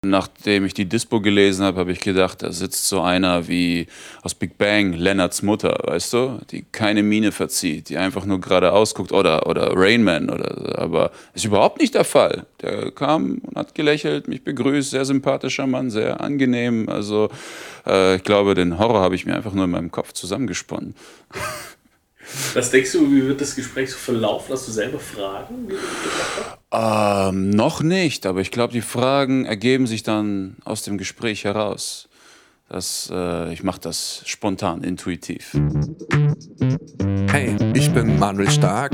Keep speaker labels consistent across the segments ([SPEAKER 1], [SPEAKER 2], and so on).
[SPEAKER 1] Nachdem ich die Dispo gelesen habe, habe ich gedacht, da sitzt so einer wie aus Big Bang, Lennarts Mutter, weißt du, die keine Miene verzieht, die einfach nur geradeaus guckt, oder Rain Man, aber ist überhaupt nicht der Fall. Der kam und hat gelächelt, mich begrüßt, sehr sympathischer Mann, sehr angenehm. Also ich glaube, den Horror habe ich mir einfach nur in meinem Kopf zusammengesponnen.
[SPEAKER 2] Was denkst du, wie wird das Gespräch so verlaufen? Hast du selber Fragen, die du mitgebracht hast?
[SPEAKER 1] Noch nicht, aber ich glaube, die Fragen ergeben sich dann aus dem Gespräch heraus. Ich mache das spontan, intuitiv.
[SPEAKER 3] Hey, ich bin Manuel Stark.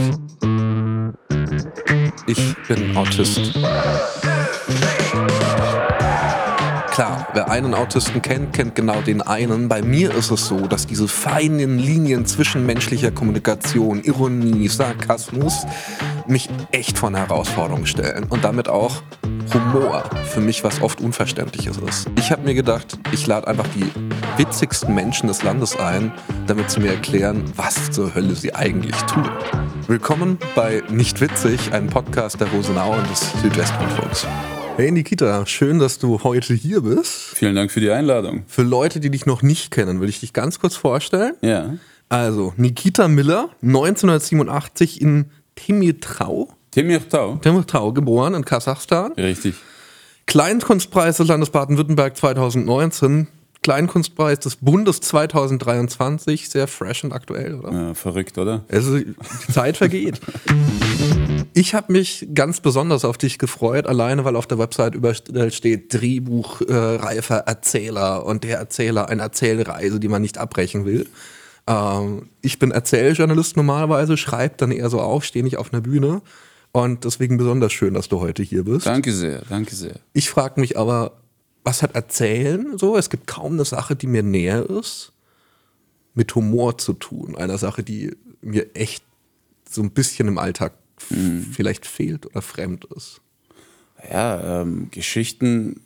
[SPEAKER 3] Ich bin Autist. Klar, wer einen Autisten kennt, kennt genau den einen. Bei mir ist es so, dass diese feinen Linien zwischenmenschlicher Kommunikation, Ironie, Sarkasmus mich echt vor eine Herausforderung stellen. Und damit auch Humor für mich was oft Unverständliches ist. Ich habe mir gedacht, ich lade einfach die witzigsten Menschen des Landes ein, damit sie mir erklären, was zur Hölle sie eigentlich tun. Willkommen bei Nicht Witzig, einem Podcast der Rosenau und des Südwestrundfunks. Hey Nikita, schön, dass du heute hier bist.
[SPEAKER 1] Vielen Dank für die Einladung.
[SPEAKER 3] Für Leute, die dich noch nicht kennen, will ich dich ganz kurz vorstellen.
[SPEAKER 1] Ja.
[SPEAKER 3] Also, Nikita Miller, 1987 in Temirtau geboren, in Kasachstan.
[SPEAKER 1] Richtig.
[SPEAKER 3] Kleinkunstpreis des Landes Baden-Württemberg 2019, Kleinkunstpreis des Bundes 2023, sehr fresh und aktuell, oder?
[SPEAKER 1] Ja, verrückt, oder?
[SPEAKER 3] Also, die Zeit vergeht. Ich habe mich ganz besonders auf dich gefreut, alleine weil auf der Website überall steht Drehbuchreifer Erzähler und der Erzähler, eine Erzählreise, die man nicht abbrechen will. Ich bin Erzähljournalist normalerweise, schreibe dann eher so auf, stehe nicht auf einer Bühne und deswegen besonders schön, dass du heute hier bist.
[SPEAKER 1] Danke sehr, danke sehr.
[SPEAKER 3] Ich frage mich aber, was hat Erzählen so? Es gibt kaum eine Sache, die mir näher ist, mit Humor zu tun. Eine Sache, die mir echt so ein bisschen im Alltag vielleicht fehlt oder fremd ist.
[SPEAKER 1] Ja, Geschichten,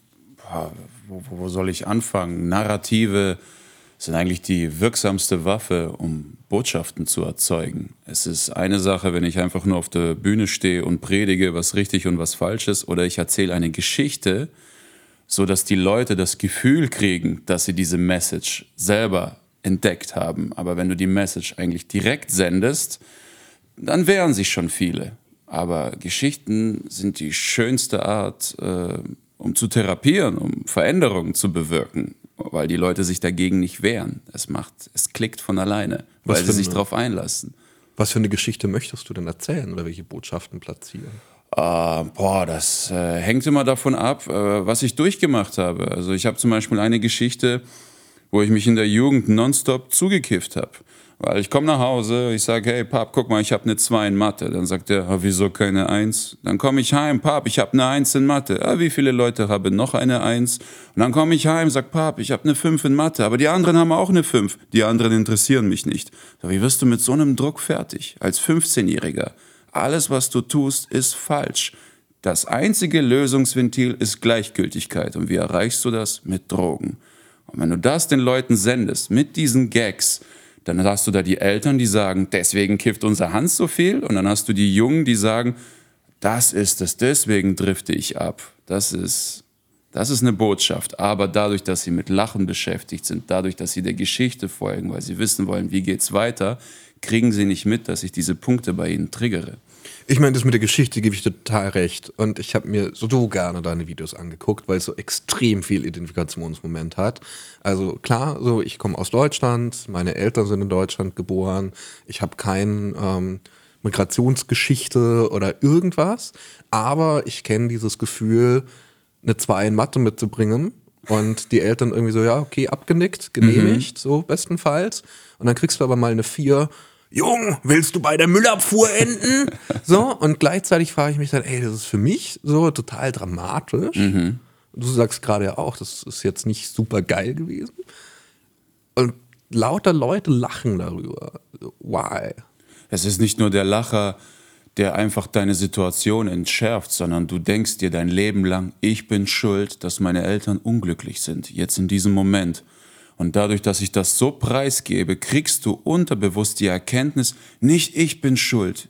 [SPEAKER 1] wo soll ich anfangen? Narrative sind eigentlich die wirksamste Waffe, um Botschaften zu erzeugen. Es ist eine Sache, wenn ich einfach nur auf der Bühne stehe und predige, was richtig und was falsch ist, oder ich erzähle eine Geschichte, sodass die Leute das Gefühl kriegen, dass sie diese Message selber entdeckt haben. Aber wenn du die Message eigentlich direkt sendest, dann wehren sich schon viele. Aber Geschichten sind die schönste Art, um zu therapieren, um Veränderungen zu bewirken, weil die Leute sich dagegen nicht wehren. Es klickt von alleine, weil sie sich darauf einlassen.
[SPEAKER 3] Was für eine Geschichte möchtest du denn erzählen oder welche Botschaften platzieren?
[SPEAKER 1] Das hängt immer davon ab, was ich durchgemacht habe. Also ich habe zum Beispiel eine Geschichte, wo ich mich in der Jugend nonstop zugekifft habe. Weil ich komme nach Hause, ich sage, hey Pap, guck mal, ich habe eine 2 in Mathe. Dann sagt er, wieso keine 1? Dann komme ich heim, Pap, ich habe eine 1 in Mathe. Wie viele Leute haben noch eine 1? Und dann komme ich heim, sag, Pap, ich habe eine 5 in Mathe. Aber die anderen haben auch eine 5. Die anderen interessieren mich nicht. So, wie wirst du mit so einem Druck fertig? Als 15-Jähriger. Alles, was du tust, ist falsch. Das einzige Lösungsventil ist Gleichgültigkeit. Und wie erreichst du das? Mit Drogen. Und wenn du das den Leuten sendest, mit diesen Gags, dann hast du da die Eltern, die sagen, deswegen kifft unser Hans so viel. Und dann hast du die Jungen, die sagen, das ist es, deswegen drifte ich ab. Das ist eine Botschaft. Aber dadurch, dass sie mit Lachen beschäftigt sind, dadurch, dass sie der Geschichte folgen, weil sie wissen wollen, wie geht's weiter, kriegen sie nicht mit, dass ich diese Punkte bei ihnen triggere.
[SPEAKER 3] Ich meine, das mit der Geschichte gebe ich total recht. Und ich habe mir so gerne deine Videos angeguckt, weil es so extrem viel Identifikationsmoment hat. Also klar, so ich komme aus Deutschland, meine Eltern sind in Deutschland geboren, ich habe keine Migrationsgeschichte oder irgendwas, aber ich kenne dieses Gefühl, eine 2 in Mathe mitzubringen und die Eltern irgendwie so, ja, okay, abgenickt, genehmigt, so bestenfalls. Und dann kriegst du aber mal eine 4, Jung, willst du bei der Müllabfuhr enden? So, und gleichzeitig frage ich mich dann, das ist für mich so total dramatisch. Du sagst gerade ja auch, das ist jetzt nicht super geil gewesen. Und lauter Leute lachen darüber. Why?
[SPEAKER 1] Es ist nicht nur der Lacher, der einfach deine Situation entschärft, sondern du denkst dir dein Leben lang, ich bin schuld, dass meine Eltern unglücklich sind, jetzt in diesem Moment. Und dadurch, dass ich das so preisgebe, kriegst du unterbewusst die Erkenntnis, nicht ich bin schuld.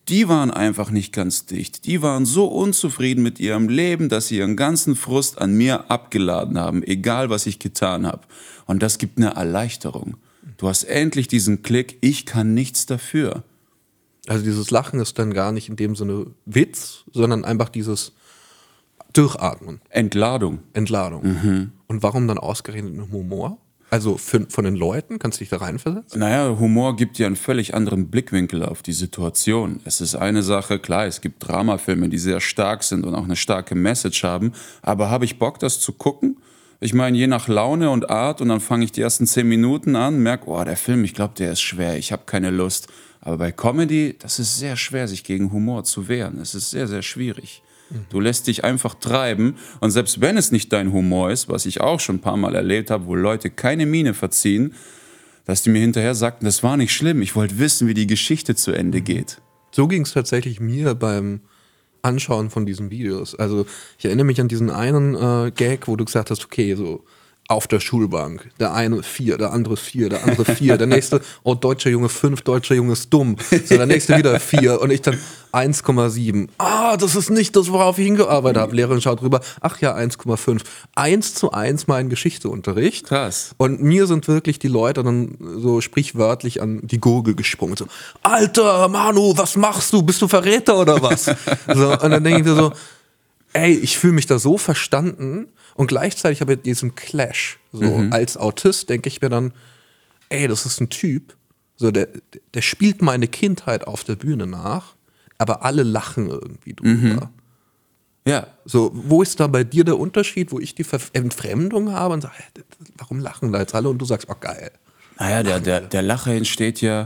[SPEAKER 1] die waren einfach nicht ganz dicht. Die waren so unzufrieden mit ihrem Leben, dass sie ihren ganzen Frust an mir abgeladen haben, egal was ich getan habe. Und das gibt eine Erleichterung. Du hast endlich diesen Klick, ich kann nichts dafür.
[SPEAKER 3] Also dieses Lachen ist dann gar nicht in dem Sinne Witz, sondern einfach dieses Durchatmen.
[SPEAKER 1] Entladung.
[SPEAKER 3] Und warum dann ausgerechnet ein Humor? Also von den Leuten, kannst du dich da reinversetzen?
[SPEAKER 1] Naja, Humor gibt dir einen völlig anderen Blickwinkel auf die Situation. Es ist eine Sache, klar, es gibt Dramafilme, die sehr stark sind und auch eine starke Message haben, aber habe ich Bock, das zu gucken? Ich meine, je nach Laune und Art, und dann fange ich die ersten 10 Minuten an, merke, oh, der Film, ich glaube, der ist schwer, ich habe keine Lust. Aber bei Comedy, das ist sehr schwer, sich gegen Humor zu wehren. Es ist sehr, sehr schwierig. Du lässt dich einfach treiben, und selbst wenn es nicht dein Humor ist, was ich auch schon ein paar Mal erlebt habe, wo Leute keine Miene verziehen, dass die mir hinterher sagten, das war nicht schlimm, ich wollte wissen, wie die Geschichte zu Ende geht.
[SPEAKER 3] So ging es tatsächlich mir beim Anschauen von diesen Videos. Also ich erinnere mich an diesen einen Gag, wo du gesagt hast, okay, so auf der Schulbank, der eine 4, der andere 4, der andere 4, der nächste, oh, deutscher Junge 5, deutscher Junge ist dumm. So, der nächste wieder 4 und ich dann 1,7. Das ist nicht das, worauf ich hingearbeitet habe. Lehrerin schaut rüber, ach ja, 1,5. 1:1 mein Geschichteunterricht.
[SPEAKER 1] Krass.
[SPEAKER 3] Und mir sind wirklich die Leute dann so sprichwörtlich an die Gurgel gesprungen. So, Alter, Manu, was machst du? Bist du Verräter oder was? So, und dann denke ich mir so, ey, ich fühle mich da so verstanden, und gleichzeitig habe ich diesen Clash. So, als Autist denke ich mir dann, ey, das ist ein Typ, so, der spielt meine Kindheit auf der Bühne nach, aber alle lachen irgendwie drüber.
[SPEAKER 1] Ja.
[SPEAKER 3] So, wo ist da bei dir der Unterschied, wo ich die Entfremdung habe und sage, warum lachen da jetzt alle? Und du sagst, oh geil.
[SPEAKER 1] Naja, der Lacher entsteht ja.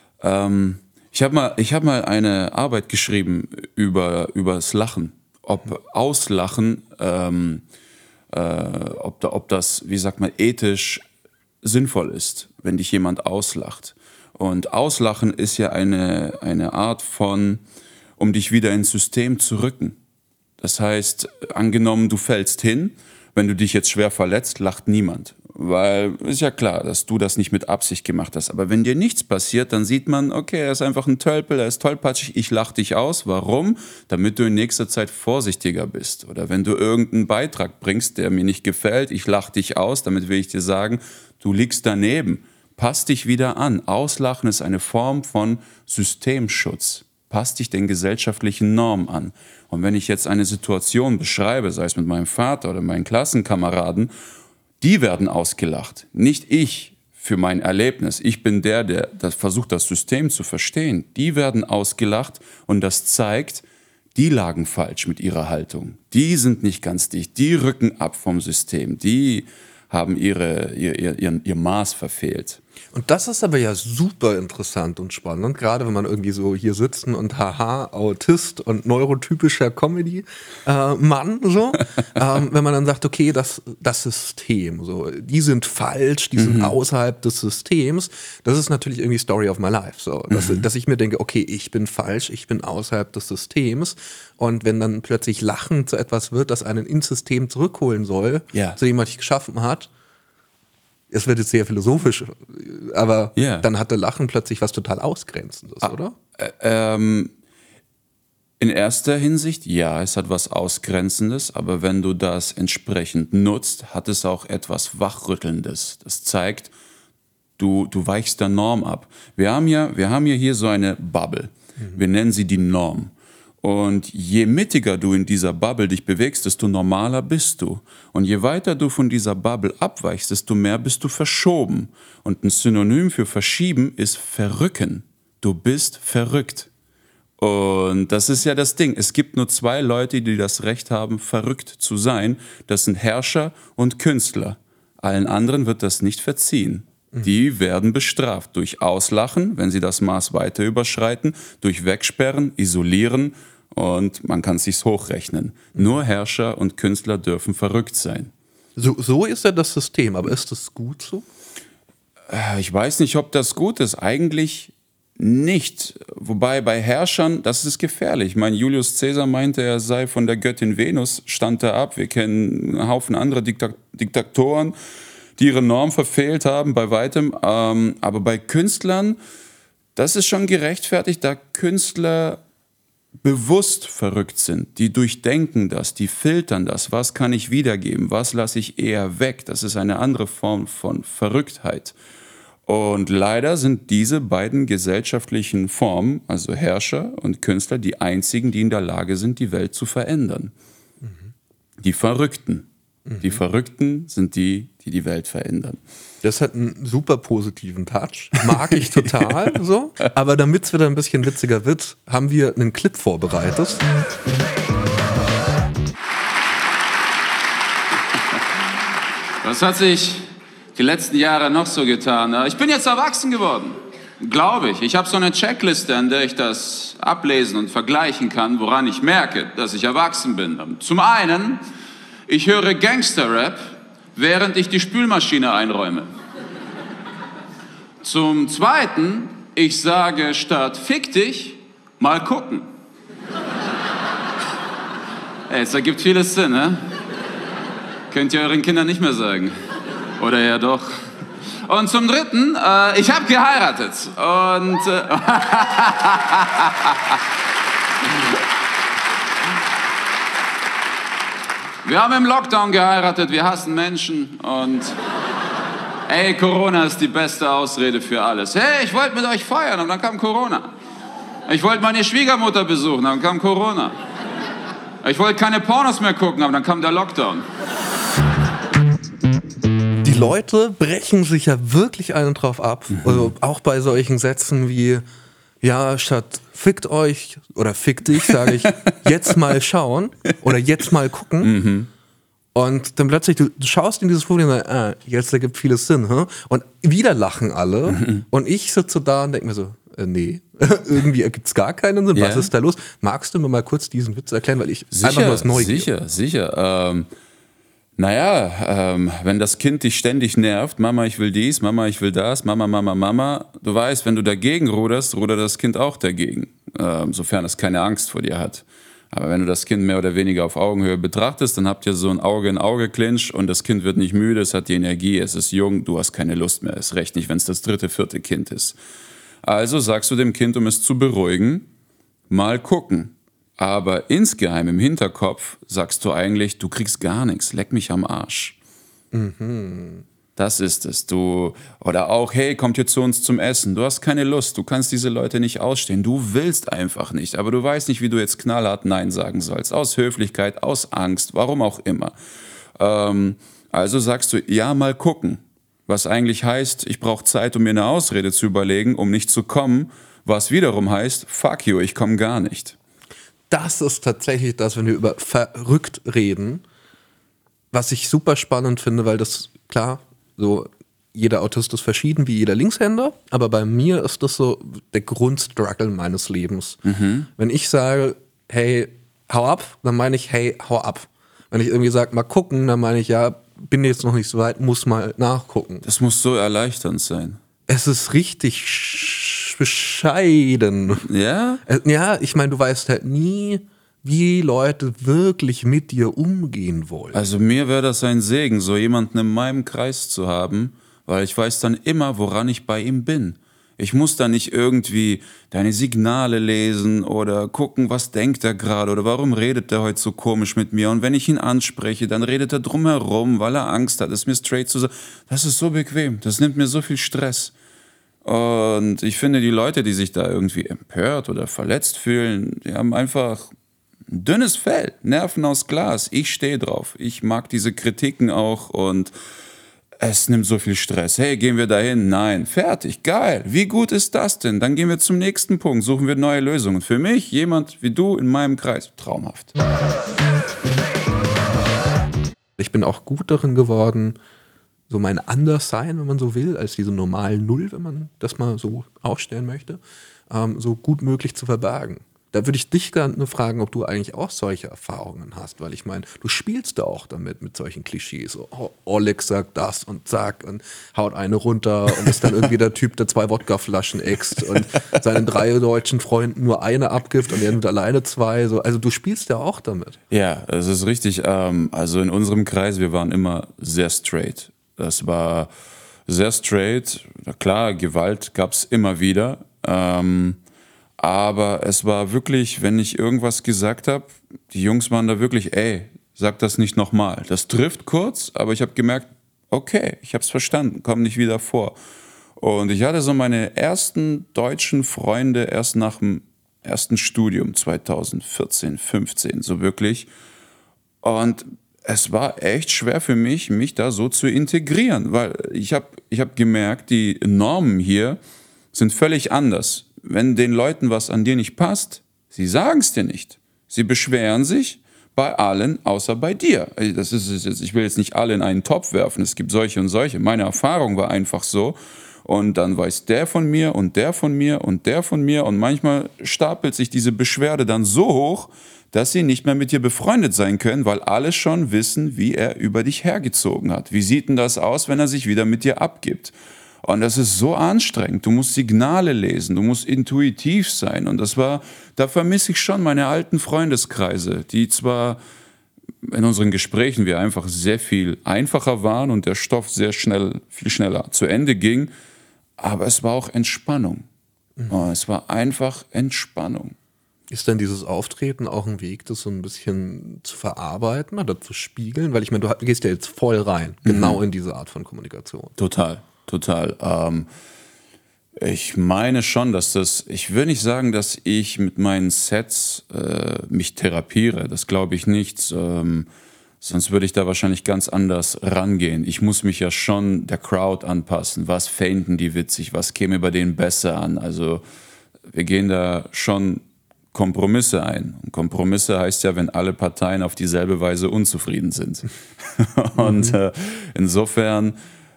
[SPEAKER 1] Ich hab mal eine Arbeit geschrieben über das Lachen. Ob Auslachen, ob das, wie sagt man, ethisch sinnvoll ist, wenn dich jemand auslacht. Und Auslachen ist ja eine Art von, um dich wieder ins System zu rücken. Das heißt, angenommen, du fällst hin, wenn du dich jetzt schwer verletzt, lacht niemand. Weil ist ja klar, dass du das nicht mit Absicht gemacht hast. Aber wenn dir nichts passiert, dann sieht man, okay, er ist einfach ein Tölpel, er ist tollpatschig, ich lach dich aus. Warum? Damit du in nächster Zeit vorsichtiger bist. Oder wenn du irgendeinen Beitrag bringst, der mir nicht gefällt, ich lach dich aus, damit will ich dir sagen, du liegst daneben. Pass dich wieder an. Auslachen ist eine Form von Systemschutz. Pass dich den gesellschaftlichen Normen an. Und wenn ich jetzt eine Situation beschreibe, sei es mit meinem Vater oder meinen Klassenkameraden, die werden ausgelacht, nicht ich für mein Erlebnis. Ich bin der versucht, das System zu verstehen. Die werden ausgelacht, und das zeigt, die lagen falsch mit ihrer Haltung. Die sind nicht ganz dicht, die rücken ab vom System, die haben ihr Maß verfehlt.
[SPEAKER 3] Und das ist aber ja super interessant und spannend, gerade wenn man irgendwie so hier sitzen und haha, Autist und neurotypischer Comedy-Mann, so. Wenn man dann sagt, okay, das System, so, die sind falsch, die sind außerhalb des Systems, das ist natürlich irgendwie Story of my life, so. Dass ich mir denke, okay, ich bin falsch, ich bin außerhalb des Systems, und wenn dann plötzlich Lachen zu etwas wird, das einen ins System zurückholen soll, zu dem, was ich geschaffen hat, es wird jetzt sehr philosophisch, aber dann hatte Lachen plötzlich was total Ausgrenzendes, oder?
[SPEAKER 1] In erster Hinsicht, ja, es hat was Ausgrenzendes, aber wenn du das entsprechend nutzt, hat es auch etwas Wachrüttelndes. Das zeigt, du weichst der Norm ab. Wir haben ja hier so eine Bubble. Wir nennen sie die Norm. Und je mittiger du in dieser Bubble dich bewegst, desto normaler bist du. Und je weiter du von dieser Bubble abweichst, desto mehr bist du verschoben. Und ein Synonym für verschieben ist verrücken. Du bist verrückt. Und das ist ja das Ding. Es gibt nur 2 Leute, die das Recht haben, verrückt zu sein. Das sind Herrscher und Künstler. Allen anderen wird das nicht verziehen. Die werden bestraft durch Auslachen, wenn sie das Maß weiter überschreiten, durch Wegsperren, Isolieren, und man kann es sich hochrechnen. Nur Herrscher und Künstler dürfen verrückt sein.
[SPEAKER 3] So ist ja das System, aber ist das gut so?
[SPEAKER 1] Ich weiß nicht, ob das gut ist. Eigentlich nicht. Wobei bei Herrschern, das ist gefährlich. Ich meine, Julius Caesar meinte, er sei von der Göttin Venus, stand da ab. Wir kennen einen Haufen andere Diktatoren, die ihre Norm verfehlt haben, bei weitem. Aber bei Künstlern, das ist schon gerechtfertigt, da Künstler bewusst verrückt sind. Die durchdenken das, die filtern das. Was kann ich wiedergeben? Was lasse ich eher weg? Das ist eine andere Form von Verrücktheit. Und leider sind diese beiden gesellschaftlichen Formen, also Herrscher und Künstler, die einzigen, die in der Lage sind, die Welt zu verändern. Die Verrückten. Die Verrückten sind die, die die Welt verändern.
[SPEAKER 3] Das hat einen super positiven Touch. Mag ich total so. Aber damit es wieder ein bisschen witziger wird, haben wir einen Clip vorbereitet.
[SPEAKER 1] Was hat sich die letzten Jahre noch so getan? Ich bin jetzt erwachsen geworden, glaube ich. Ich habe so eine Checkliste, an der ich das ablesen und vergleichen kann, woran ich merke, dass ich erwachsen bin. Zum einen, ich höre Gangster-Rap, während ich die Spülmaschine einräume. Zum zweiten, ich sage statt fick dich, mal gucken. Ey, es ergibt vieles Sinn, ne? Könnt ihr euren Kindern nicht mehr sagen. Oder ja doch. Und zum dritten, ich habe geheiratet. Und wir haben im Lockdown geheiratet, wir hassen Menschen und ey, Corona ist die beste Ausrede für alles. Hey, ich wollte mit euch feiern und dann kam Corona. Ich wollte meine Schwiegermutter besuchen, dann kam Corona. Ich wollte keine Pornos mehr gucken, aber dann kam der Lockdown.
[SPEAKER 3] Die Leute brechen sich ja wirklich einen drauf ab. Also auch bei solchen Sätzen wie, ja, statt fickt euch oder fick dich, sage ich, jetzt mal schauen oder jetzt mal gucken. Und dann plötzlich, du schaust in dieses Foto und sagst, jetzt ergibt vieles Sinn. Und wieder lachen alle. Und ich sitze da und denke mir so, nee, irgendwie ergibt es gar keinen Sinn. Was ist da los? Magst du mir mal kurz diesen Witz erklären, weil ich einfach nur das Neue.
[SPEAKER 1] Sicher. Wenn das Kind dich ständig nervt, Mama, ich will dies, Mama, ich will das, Mama, du weißt, wenn du dagegen ruderst, rudert das Kind auch dagegen, sofern es keine Angst vor dir hat. Aber wenn du das Kind mehr oder weniger auf Augenhöhe betrachtest, dann habt ihr so ein Auge-in-Auge-Clinch und das Kind wird nicht müde, es hat die Energie, es ist jung, du hast keine Lust mehr, es recht nicht, wenn es das 3., 4. Kind ist. Also sagst du dem Kind, um es zu beruhigen, mal gucken. Aber insgeheim im Hinterkopf sagst du eigentlich, du kriegst gar nichts, leck mich am Arsch. Das ist es. Oder auch, hey, kommt ihr zu uns zum Essen? Du hast keine Lust, du kannst diese Leute nicht ausstehen, du willst einfach nicht, aber du weißt nicht, wie du jetzt knallhart Nein sagen sollst. Aus Höflichkeit, aus Angst, warum auch immer. Also sagst du, ja, mal gucken. Was eigentlich heißt, ich brauche Zeit, um mir eine Ausrede zu überlegen, um nicht zu kommen. Was wiederum heißt, fuck you, ich komme gar nicht.
[SPEAKER 3] Das ist tatsächlich das, wenn wir über verrückt reden, was ich super spannend finde, weil das, klar, so jeder Autist ist verschieden wie jeder Linkshänder, aber bei mir ist das so der Grundstruggle meines Lebens. Wenn ich sage, hey, hau ab, dann meine ich, hey, hau ab. Wenn ich irgendwie sage, mal gucken, dann meine ich, ja, bin jetzt noch nicht so weit, muss mal nachgucken.
[SPEAKER 1] Das muss so erleichternd sein.
[SPEAKER 3] Es ist richtig bescheiden.
[SPEAKER 1] Ja?
[SPEAKER 3] Ja, ich meine, du weißt halt nie, wie Leute wirklich mit dir umgehen wollen.
[SPEAKER 1] Also mir wäre das ein Segen, so jemanden in meinem Kreis zu haben, weil ich weiß dann immer, woran ich bei ihm bin. Ich muss da nicht irgendwie deine Signale lesen oder gucken, was denkt er gerade oder warum redet er heute so komisch mit mir. Und wenn ich ihn anspreche, dann redet er drumherum, weil er Angst hat, es mir straight zu sagen. Das ist so bequem, das nimmt mir so viel Stress. Und ich finde, die Leute, die sich da irgendwie empört oder verletzt fühlen, die haben einfach ein dünnes Fell, Nerven aus Glas. Ich stehe drauf. Ich mag diese Kritiken auch und es nimmt so viel Stress. Hey, gehen wir dahin? Nein. Fertig. Geil. Wie gut ist das denn? Dann gehen wir zum nächsten Punkt. Suchen wir neue Lösungen. Für mich, jemand wie du in meinem Kreis, traumhaft.
[SPEAKER 3] Ich bin auch gut darin geworden, so mein Anderssein, wenn man so will, als diese normalen Null, wenn man das mal so aufstellen möchte, so gut möglich zu verbergen. Da würde ich dich gerne fragen, ob du eigentlich auch solche Erfahrungen hast, weil ich meine, du spielst da auch damit, mit solchen Klischees. Oh, Oleg sagt das und zack und haut eine runter und ist dann irgendwie der Typ, der 2 Wodkaflaschen äxt und seinen 3 deutschen Freunden nur eine abgibt und er nimmt alleine 2. So. Also du spielst ja auch damit.
[SPEAKER 1] Ja, das ist richtig. Also in unserem Kreis, wir waren immer sehr straight. Das war sehr straight. Klar, Gewalt gab es immer wieder. Aber es war wirklich, wenn ich irgendwas gesagt habe, die Jungs waren da wirklich, ey, sag das nicht nochmal. Das trifft kurz, aber ich habe gemerkt, okay, ich habe es verstanden, komm nicht wieder vor. Und ich hatte so meine ersten deutschen Freunde erst nach dem ersten Studium 2014, 15, so wirklich. Und es war echt schwer für mich, mich da so zu integrieren, weil ich hab gemerkt, die Normen hier sind völlig anders. Wenn den Leuten was an dir nicht passt, sie sagen es dir nicht. Sie beschweren sich bei allen, außer bei dir. Ich will jetzt nicht alle in einen Topf werfen, es gibt solche und solche. Meine Erfahrung war einfach so. Und dann weiß der von mir und der von mir und der von mir. Und manchmal stapelt sich diese Beschwerde dann so hoch, dass sie nicht mehr mit dir befreundet sein können, weil alle schon wissen, wie er über dich hergezogen hat. Wie sieht denn das aus, wenn er sich wieder mit dir abgibt? Und das ist so anstrengend. Du musst Signale lesen, du musst intuitiv sein. Und da vermisse ich schon meine alten Freundeskreise, die zwar in unseren Gesprächen wir einfach sehr viel einfacher waren und der Stoff sehr schnell, viel schneller zu Ende ging, aber es war auch Entspannung. Es war einfach Entspannung.
[SPEAKER 3] Ist denn dieses Auftreten auch ein Weg, das so ein bisschen zu verarbeiten oder zu spiegeln? Weil ich meine, du gehst ja jetzt voll rein, genau in diese Art von Kommunikation.
[SPEAKER 1] Total. Ich meine schon, ich will nicht sagen, dass ich mit meinen Sets mich therapiere, das glaube ich nicht, sonst würde ich da wahrscheinlich ganz anders rangehen. Ich muss mich ja schon der Crowd anpassen, was fänden die witzig, was käme bei denen besser an, also wir gehen da schon Kompromisse ein. Und Kompromisse heißt ja, wenn alle Parteien auf dieselbe Weise unzufrieden sind. Und insofern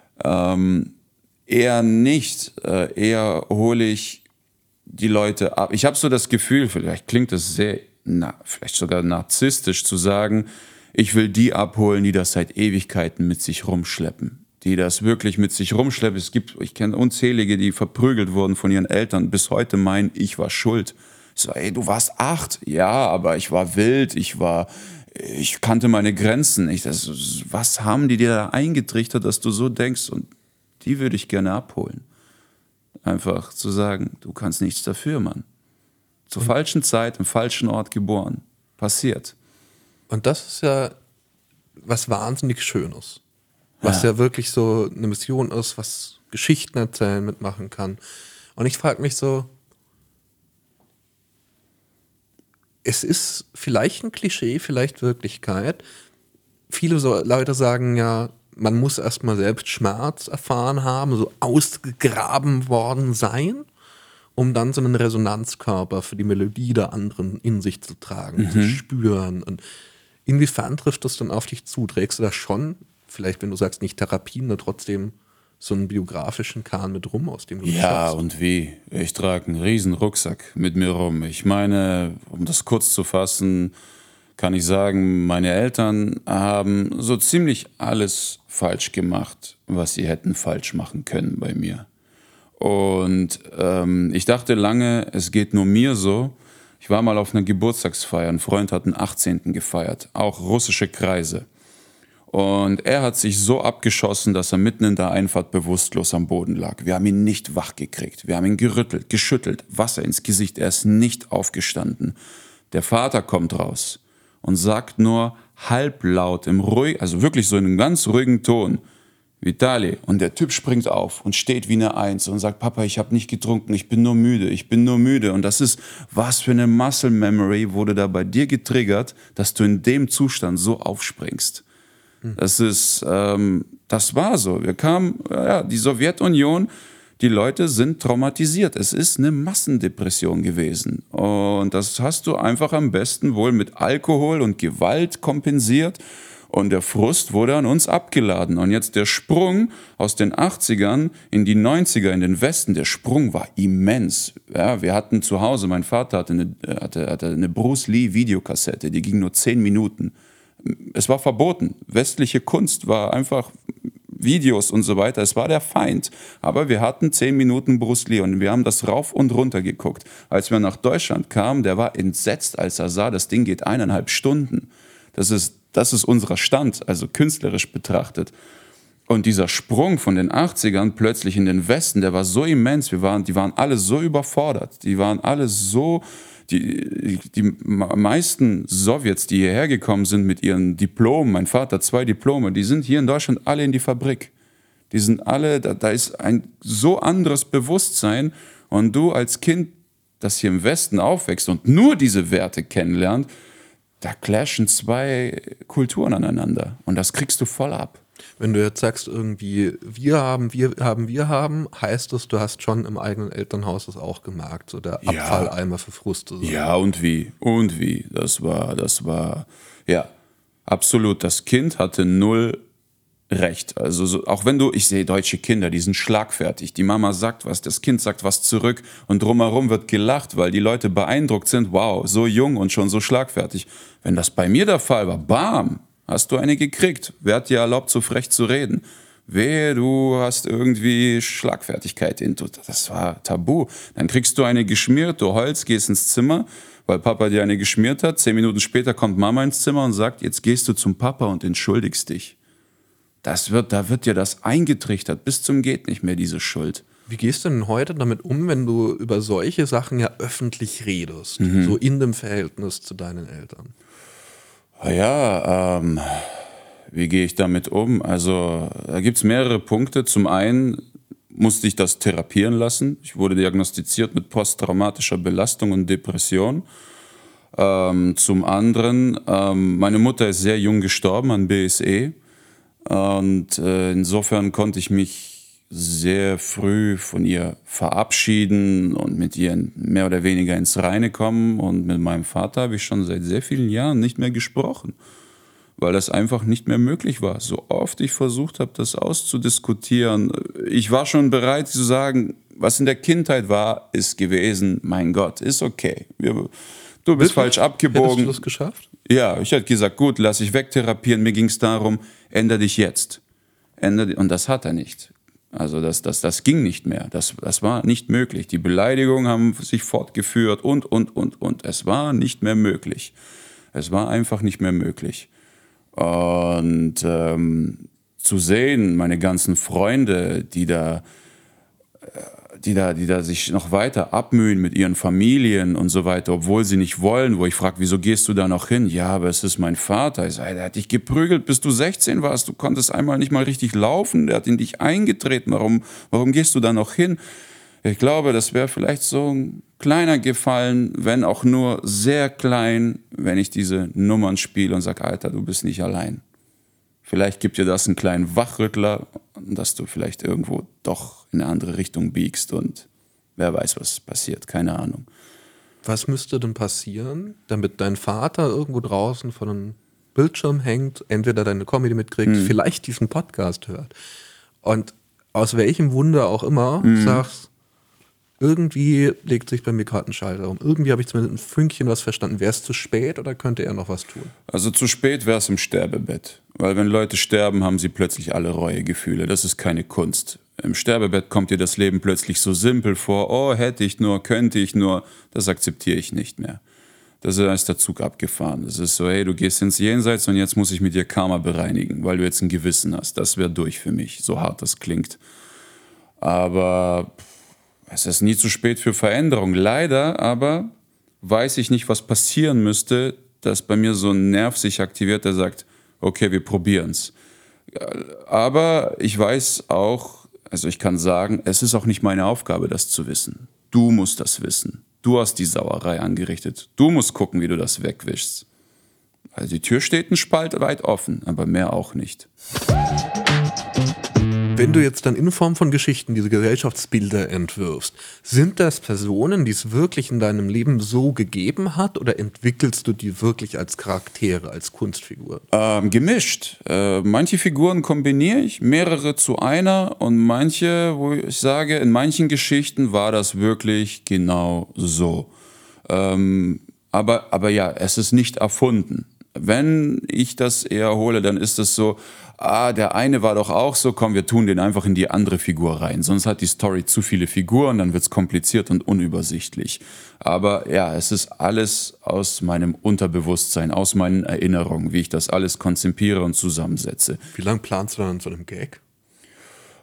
[SPEAKER 1] eher nicht, eher hole ich die Leute ab. Ich habe so das Gefühl, vielleicht klingt es sehr, vielleicht sogar narzisstisch zu sagen, ich will die abholen, die das seit Ewigkeiten mit sich rumschleppen. Die das wirklich mit sich rumschleppen. Ich kenne unzählige, die verprügelt wurden von ihren Eltern, bis heute meinen, ich war schuld. Ich so, ey, du warst 8. Ja, aber ich war wild, ich kannte meine Grenzen. Was haben die dir da eingetrichtert, dass du so denkst? Und die würde ich gerne abholen. Einfach zu sagen, du kannst nichts dafür, Mann. Zur falschen Zeit, im falschen Ort geboren. Passiert.
[SPEAKER 3] Und das ist ja was wahnsinnig Schönes. Was ja wirklich so eine Mission ist, was Geschichten erzählen mitmachen kann. Und ich frage mich so, es ist vielleicht ein Klischee, vielleicht Wirklichkeit. Viele Leute sagen ja, man muss erstmal selbst Schmerz erfahren haben, so ausgegraben worden sein, um dann so einen Resonanzkörper für die Melodie der anderen in sich zu tragen, zu spüren. Und inwiefern trifft das dann auf dich zu? Trägst du das schon, vielleicht wenn du sagst, nicht Therapien, aber trotzdem so einen biografischen Kahn mit rum, aus dem du
[SPEAKER 1] Ja,
[SPEAKER 3] schaffst?
[SPEAKER 1] und wie? Ich trage einen riesen Rucksack mit mir rum. Ich meine, um das kurz zu fassen, kann ich sagen, meine Eltern haben so ziemlich alles falsch gemacht, was sie hätten falsch machen können bei mir. Und ich dachte lange, es geht nur mir so. Ich war mal auf einer Geburtstagsfeier, ein Freund hat den 18. gefeiert, auch russische Kreise. Und er hat sich so abgeschossen, dass er mitten in der Einfahrt bewusstlos am Boden lag. Wir haben ihn nicht wach gekriegt. Wir haben ihn gerüttelt, geschüttelt, Wasser ins Gesicht. Er ist nicht aufgestanden. Der Vater kommt raus und sagt nur halblaut, also wirklich so in einem ganz ruhigen Ton, Vitali. Und der Typ springt auf und steht wie eine Eins und sagt, Papa, ich habe nicht getrunken, ich bin nur müde. Und das ist, was für eine Muscle Memory wurde da bei dir getriggert, dass du in dem Zustand so aufspringst. Das war so. Wir kamen, die Sowjetunion, die Leute sind traumatisiert. Es ist eine Massendepression gewesen. Und das hast du einfach am besten wohl mit Alkohol und Gewalt kompensiert. Und der Frust wurde an uns abgeladen. Und jetzt der Sprung aus den 80ern in die 90er, in den Westen, der Sprung war immens. Ja, wir hatten zu Hause, mein Vater hatte eine Bruce Lee Videokassette, die ging nur 10 Minuten. Es war verboten. Westliche Kunst war einfach Videos und so weiter. Es war der Feind. Aber wir hatten 10 Minuten Bruce Lee und wir haben das rauf und runter geguckt. Als wir nach Deutschland kamen, der war entsetzt, als er sah, das Ding geht 1,5 Stunden. Das ist unser Stand, also künstlerisch betrachtet. Und dieser Sprung von den 80ern plötzlich in den Westen, der war so immens. Die waren alle so überfordert. Die waren alle so... Die meisten Sowjets, die hierher gekommen sind mit ihren Diplomen, mein Vater 2 Diplome, die sind hier in Deutschland alle in die Fabrik. Die sind alle, da ist ein so anderes Bewusstsein. Und du als Kind, das hier im Westen aufwächst und nur diese Werte kennenlernt, da clashen 2 Kulturen aneinander. Und das kriegst du voll ab.
[SPEAKER 3] Wenn du jetzt sagst, irgendwie, wir haben, heißt das, du hast schon im eigenen Elternhaus das auch gemerkt, so der Abfalleimer für Fruste. So.
[SPEAKER 1] Ja, und wie? Das war, ja, absolut. Das Kind hatte 0 Recht. Also auch wenn ich sehe deutsche Kinder, die sind schlagfertig. Die Mama sagt was, das Kind sagt was zurück und drumherum wird gelacht, weil die Leute beeindruckt sind. Wow, so jung und schon so schlagfertig. Wenn das bei mir der Fall war, bam, hast du eine gekriegt. Wer hat dir erlaubt, so frech zu reden? Wehe, du hast irgendwie Schlagfertigkeit. Das war tabu. Dann kriegst du eine geschmiert, du heulst, gehst ins Zimmer, weil Papa dir eine geschmiert hat. 10 Minuten später kommt Mama ins Zimmer und sagt, jetzt gehst du zum Papa und entschuldigst dich. Da wird dir das eingetrichtert, bis zum geht nicht mehr, diese Schuld.
[SPEAKER 3] Wie gehst du denn heute damit um, wenn du über solche Sachen ja öffentlich redest, so in dem Verhältnis zu deinen Eltern?
[SPEAKER 1] Ja, wie gehe ich damit um? Also da gibt es mehrere Punkte. Zum einen musste ich das therapieren lassen. Ich wurde diagnostiziert mit posttraumatischer Belastung und Depression. Zum anderen, meine Mutter ist sehr jung gestorben an BSE. Und insofern konnte ich mich sehr früh von ihr verabschieden und mit ihr mehr oder weniger ins Reine kommen. Und mit meinem Vater habe ich schon seit sehr vielen Jahren nicht mehr gesprochen, weil das einfach nicht mehr möglich war. So oft ich versucht habe, das auszudiskutieren, ich war schon bereit zu sagen, was in der Kindheit war, ist gewesen, mein Gott, ist okay. Du bist falsch abgebogen.
[SPEAKER 3] Hättest du das geschafft?
[SPEAKER 1] Ja, ich hätte gesagt, gut, lass ich wegtherapieren. Mir ging es darum, ändere dich jetzt. Und das hat er nicht. Also das ging nicht mehr. Das war nicht möglich. Die Beleidigungen haben sich fortgeführt und. Es war nicht mehr möglich. Es war einfach nicht mehr möglich. Und zu sehen, meine ganzen Freunde, die da sich noch weiter abmühen mit ihren Familien und so weiter, obwohl sie nicht wollen, wo ich frage, wieso gehst du da noch hin? Ja, aber es ist mein Vater. Ich sage, der hat dich geprügelt, bis du 16 warst. Du konntest einmal nicht mal richtig laufen. Der hat in dich eingetreten. Warum gehst du da noch hin? Ich glaube, das wäre vielleicht so ein kleiner Gefallen, wenn auch nur sehr klein, wenn ich diese Nummern spiele und sage, Alter, du bist nicht allein. Vielleicht gibt dir das einen kleinen Wachrüttler, dass du vielleicht irgendwo doch in eine andere Richtung biegst und wer weiß, was passiert, keine Ahnung.
[SPEAKER 3] Was müsste denn passieren, damit dein Vater irgendwo draußen vor einem Bildschirm hängt, entweder deine Comedy mitkriegt, vielleicht diesen Podcast hört und aus welchem Wunder auch immer sagst, irgendwie legt sich bei mir gerade ein Schalter um. Irgendwie habe ich zumindest ein Fünkchen was verstanden. Wäre es zu spät oder könnte er noch was tun?
[SPEAKER 1] Also zu spät wäre es im Sterbebett. Weil wenn Leute sterben, haben sie plötzlich alle Reuegefühle. Das ist keine Kunst. Im Sterbebett kommt dir das Leben plötzlich so simpel vor. Oh, hätte ich nur, könnte ich nur. Das akzeptiere ich nicht mehr. Da ist der Zug abgefahren. Das ist so, hey, du gehst ins Jenseits und jetzt muss ich mit dir Karma bereinigen, weil du jetzt ein Gewissen hast. Das wäre durch für mich, so hart das klingt. Aber es ist nie zu spät für Veränderung. Leider aber weiß ich nicht, was passieren müsste, dass bei mir so ein Nerv sich aktiviert, der sagt, okay, wir probieren's. Aber ich weiß auch, also ich kann sagen, es ist auch nicht meine Aufgabe, das zu wissen. Du musst das wissen. Du hast die Sauerei angerichtet. Du musst gucken, wie du das wegwischst. Also die Tür steht ein Spalt weit offen, aber mehr auch nicht.
[SPEAKER 3] Wenn du jetzt dann in Form von Geschichten diese Gesellschaftsbilder entwirfst, sind das Personen, die es wirklich in deinem Leben so gegeben hat oder entwickelst du die wirklich als Charaktere, als Kunstfigur?
[SPEAKER 1] Gemischt. Manche Figuren kombiniere ich, mehrere zu einer und manche, wo ich sage, in manchen Geschichten war das wirklich genau so. Aber ja, es ist nicht erfunden. Wenn ich das eher hole, dann ist es so, der eine war doch auch so, komm, wir tun den einfach in die andere Figur rein. Sonst hat die Story zu viele Figuren, dann wird es kompliziert und unübersichtlich. Aber ja, es ist alles aus meinem Unterbewusstsein, aus meinen Erinnerungen, wie ich das alles konzipiere und zusammensetze.
[SPEAKER 3] Wie lange planst du dann an so einem Gag?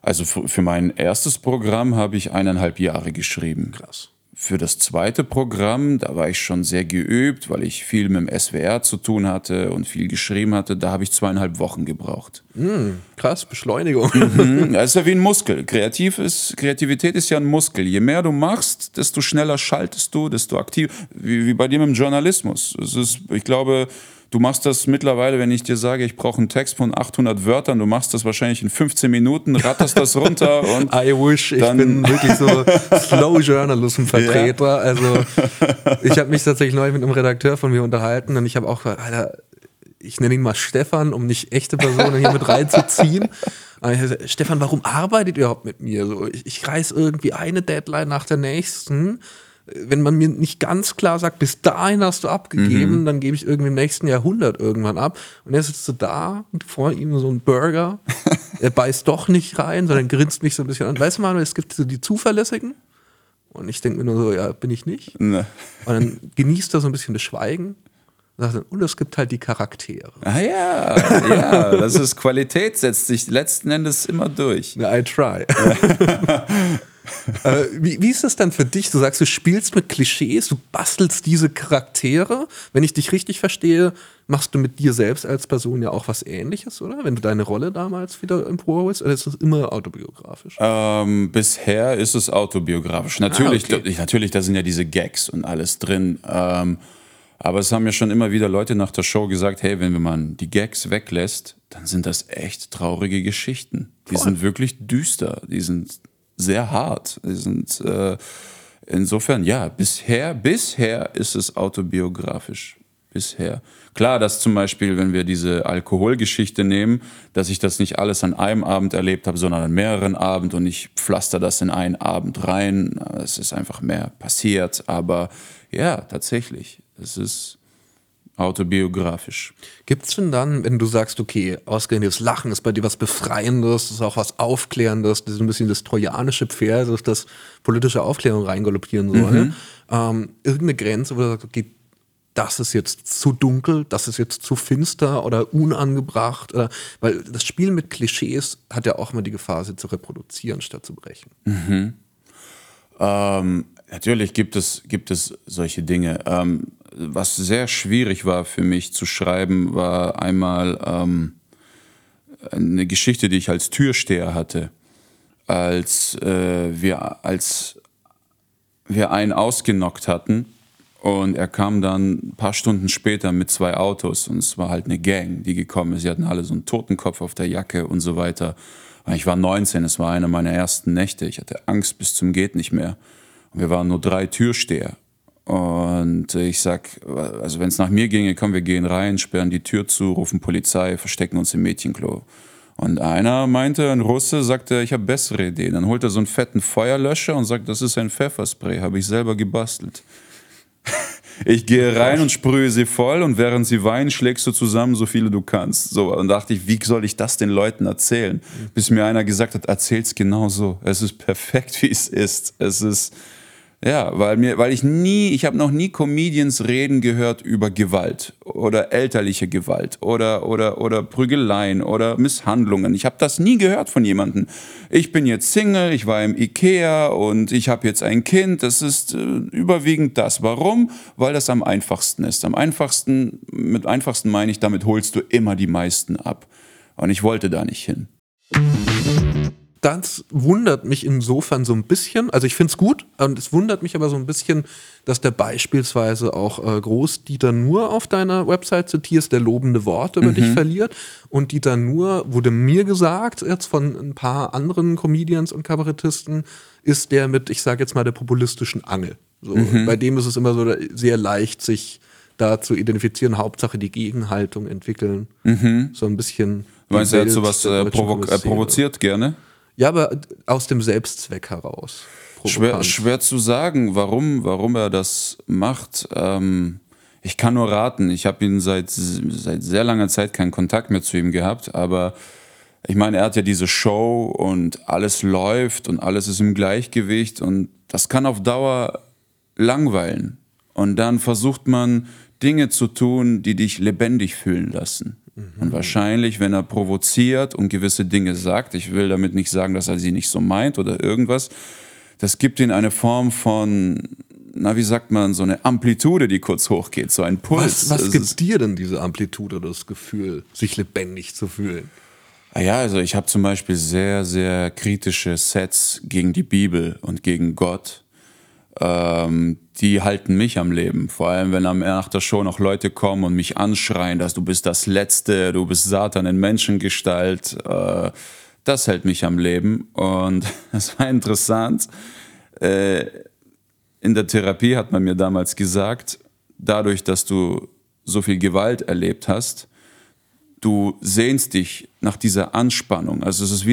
[SPEAKER 1] Also für mein erstes Programm habe ich 1,5 Jahre geschrieben.
[SPEAKER 3] Krass.
[SPEAKER 1] Für das zweite Programm, da war ich schon sehr geübt, weil ich viel mit dem SWR zu tun hatte und viel geschrieben hatte. Da habe ich 2,5 Wochen gebraucht.
[SPEAKER 3] Krass, Beschleunigung.
[SPEAKER 1] Das ist ja wie ein Muskel. Kreativität ist ja ein Muskel. Je mehr du machst, desto schneller schaltest du, desto aktiv. Wie bei dir mit dem Journalismus. Ich glaube, du machst das mittlerweile, wenn ich dir sage, ich brauche einen Text von 800 Wörtern, du machst das wahrscheinlich in 15 Minuten, ratterst das runter und
[SPEAKER 3] I wish, ich bin wirklich so Slow Journalism-Vertreter. Ja. Also ich habe mich tatsächlich neulich mit einem Redakteur von mir unterhalten und ich habe auch gesagt, Alter, ich nenne ihn mal Stefan, um nicht echte Personen hier mit reinzuziehen. Und ich habe gesagt, Stefan, warum arbeitet ihr überhaupt mit mir? So, ich reiß irgendwie eine Deadline nach der nächsten. Wenn man mir nicht ganz klar sagt, bis dahin hast du abgegeben, dann gebe ich irgendwie im nächsten Jahrhundert irgendwann ab. Und er sitzt so da und vor ihm so ein Burger. Er beißt doch nicht rein, sondern grinst mich so ein bisschen an. Weißt du mal, es gibt so die Zuverlässigen. Und ich denke mir nur so, ja, bin ich nicht. Ne. Und dann genießt er so ein bisschen das Schweigen. Und es gibt halt die Charaktere.
[SPEAKER 1] Ah ja, das ist Qualität, setzt sich letzten Endes immer durch.
[SPEAKER 3] I try. Wie ist das dann für dich? Du sagst, du spielst mit Klischees, du bastelst diese Charaktere. Wenn ich dich richtig verstehe, machst du mit dir selbst als Person ja auch was Ähnliches, oder? Wenn du deine Rolle damals wieder empowerst, oder ist das immer autobiografisch?
[SPEAKER 1] Bisher ist es autobiografisch. Natürlich, natürlich, da sind ja diese Gags und alles drin. Aber es haben ja schon immer wieder Leute nach der Show gesagt, hey, wenn man die Gags weglässt, dann sind das echt traurige Geschichten. Die sind wirklich düster, die sind sehr hart. Die sind insofern, ja, bisher ist es autobiografisch. Bisher. Klar, dass zum Beispiel, wenn wir diese Alkoholgeschichte nehmen, dass ich das nicht alles an einem Abend erlebt habe, sondern an mehreren Abenden und ich pflaster das in einen Abend rein. Es ist einfach mehr passiert, aber ja, tatsächlich, es ist autobiografisch.
[SPEAKER 3] Gibt es denn dann, wenn du sagst, okay, ausgehendes Lachen ist bei dir was Befreiendes, ist auch was Aufklärendes, das ist ein bisschen das trojanische Pferd, das das politische Aufklärung reingaloppieren soll, irgendeine Grenze, wo du sagst, okay, das ist jetzt zu dunkel, das ist jetzt zu finster oder unangebracht, weil das Spiel mit Klischees hat ja auch immer die Gefahr, sie zu reproduzieren, statt zu brechen.
[SPEAKER 1] Natürlich gibt es solche Dinge. Was sehr schwierig war für mich zu schreiben, war einmal eine Geschichte, die ich als Türsteher hatte. Als wir einen ausgenockt hatten und er kam dann ein paar Stunden später mit 2 Autos und es war halt eine Gang, die gekommen ist. Sie hatten alle so einen Totenkopf auf der Jacke und so weiter. Ich war 19, es war eine meiner ersten Nächte. Ich hatte Angst bis zum geht nicht mehr. Und wir waren nur 3 Türsteher. Und ich sag, also wenn es nach mir ginge, komm, wir gehen rein, sperren die Tür zu, rufen Polizei, verstecken uns im Mädchenklo. Und einer meinte, ein Russe, sagte, ich habe bessere Ideen. Dann holt er so einen fetten Feuerlöscher und sagt, das ist ein Pfefferspray, habe ich selber gebastelt. Ich gehe rein und sprühe sie voll und während sie weinen, schlägst du zusammen so viele du kannst. So, und dachte ich, wie soll ich das den Leuten erzählen? Bis mir einer gesagt hat, erzähl's genau so. Es ist perfekt, wie es ist. Es ist, ja, weil ich habe noch nie Comedians reden gehört über Gewalt oder elterliche Gewalt oder Prügeleien oder Misshandlungen. Ich habe das nie gehört von jemandem. Ich bin jetzt Single, ich war im Ikea und ich habe jetzt ein Kind. Das ist überwiegend das. Warum? Weil das am einfachsten ist. Mit einfachsten meine ich, damit holst du immer die meisten ab. Und ich wollte da nicht hin.
[SPEAKER 3] Das wundert mich insofern so ein bisschen, also ich finde es gut, und es wundert mich aber so ein bisschen, dass der beispielsweise auch Groß-Dieter Nuhr auf deiner Website zitierst, der lobende Worte über dich verliert. Und Dieter Nuhr, wurde mir gesagt, jetzt von ein paar anderen Comedians und Kabarettisten, ist der mit, ich sage jetzt mal, der populistischen Angel. So, bei dem ist es immer so sehr leicht, sich da zu identifizieren, Hauptsache die Gegenhaltung entwickeln. So ein bisschen.
[SPEAKER 1] Du meinst, er hat sowas provoziert gerne?
[SPEAKER 3] Ja, aber aus dem Selbstzweck heraus.
[SPEAKER 1] Schwer zu sagen, warum er das macht. Ich kann nur raten. Ich habe ihn seit sehr langer Zeit keinen Kontakt mehr zu ihm gehabt. Aber ich meine, er hat ja diese Show und alles läuft und alles ist im Gleichgewicht. Und das kann auf Dauer langweilen. Und dann versucht man Dinge zu tun, die dich lebendig fühlen lassen. Und wahrscheinlich, wenn er provoziert und gewisse Dinge sagt, ich will damit nicht sagen, dass er sie nicht so meint oder irgendwas, das gibt ihm eine Form von, na, wie sagt man, so eine Amplitude, die kurz hochgeht, so ein Puls.
[SPEAKER 3] Was gibt dir denn diese Amplitude oder das Gefühl, sich lebendig zu fühlen?
[SPEAKER 1] Ja, also ich habe zum Beispiel sehr, sehr kritische Sets gegen die Bibel und gegen Gott. Die halten mich am Leben. Vor allem, wenn nach der Show noch Leute kommen und mich anschreien, dass du bist das Letzte, du bist Satan in Menschengestalt. Das hält mich am Leben. Und das war interessant. In der Therapie hat man mir damals gesagt, dadurch, dass du so viel Gewalt erlebt hast, du sehnst dich nach dieser Anspannung. Also es ist